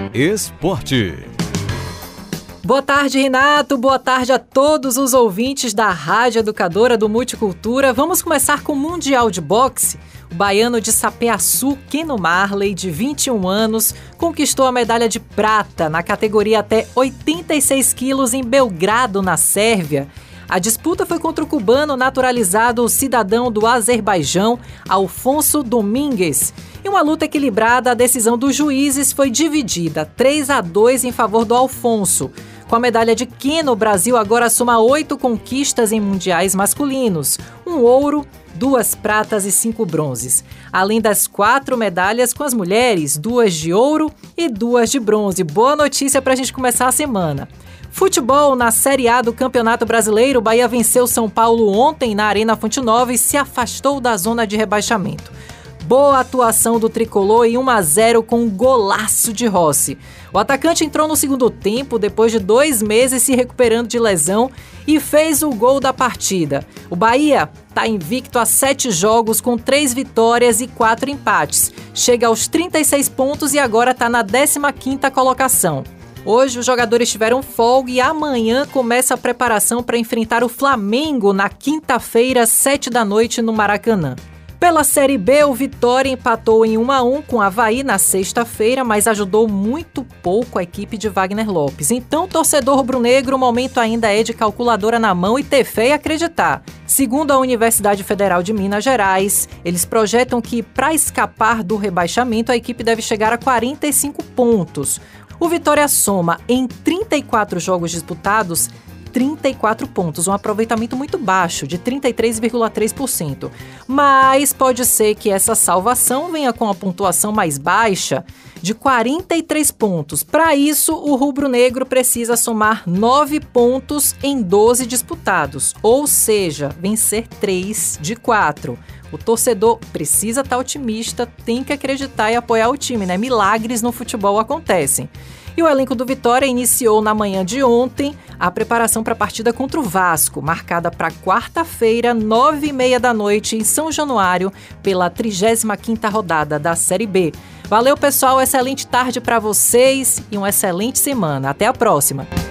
Esporte. Boa tarde, Renato. Boa tarde a todos os ouvintes da Rádio Educadora do Multicultura. Vamos começar com o Mundial de Boxe. O baiano de Sapeaçu, Keno Marley, de 21 anos, conquistou a medalha de prata na categoria até 86 quilos em Belgrado, na Sérvia. A disputa foi contra o cubano naturalizado cidadão do Azerbaijão, Alfonso Domingues. Em uma luta equilibrada, a decisão dos juízes foi dividida 3-2 em favor do Alfonso. Com a medalha de Keno, o Brasil agora soma 8 conquistas em mundiais masculinos, 1 ouro, 2 pratas e 5 bronzes. Além das 4 medalhas com as mulheres, 2 de ouro e 2 de bronze. Boa notícia para a gente começar a semana. Futebol, na Série A do Campeonato Brasileiro, o Bahia venceu São Paulo ontem na Arena Fonte Nova e se afastou da zona de rebaixamento. Boa atuação do tricolor em 1-0 com um golaço de Rossi. O atacante entrou no segundo tempo depois de 2 meses se recuperando de lesão e fez o gol da partida. O Bahia está invicto a 7 jogos com 3 vitórias e 4 empates. Chega aos 36 pontos e agora está na 15ª colocação. Hoje os jogadores tiveram folga e amanhã começa a preparação para enfrentar o Flamengo na quinta-feira, 19h, no Maracanã. Pela Série B, o Vitória empatou em 1-1 com o Avaí na sexta-feira, mas ajudou muito pouco a equipe de Wagner Lopes. Então, torcedor rubro-negro, o momento ainda é de calculadora na mão e ter fé e acreditar. Segundo a Universidade Federal de Minas Gerais, eles projetam que, para escapar do rebaixamento, a equipe deve chegar a 45 pontos. O Vitória soma, em 34 jogos disputados, 34 pontos, um aproveitamento muito baixo, de 33,3%. Mas pode ser que essa salvação venha com a pontuação mais baixa, de 43 pontos. Para isso, o rubro-negro precisa somar 9 pontos em 12 disputados, ou seja, vencer 3 de 4. O torcedor precisa estar otimista, tem que acreditar e apoiar o time, né? Milagres no futebol acontecem. E o elenco do Vitória iniciou na manhã de ontem a preparação para a partida contra o Vasco, marcada para quarta-feira, 21h30 em São Januário, pela 35ª rodada da Série B. Valeu, pessoal, excelente tarde para vocês e uma excelente semana. Até a próxima!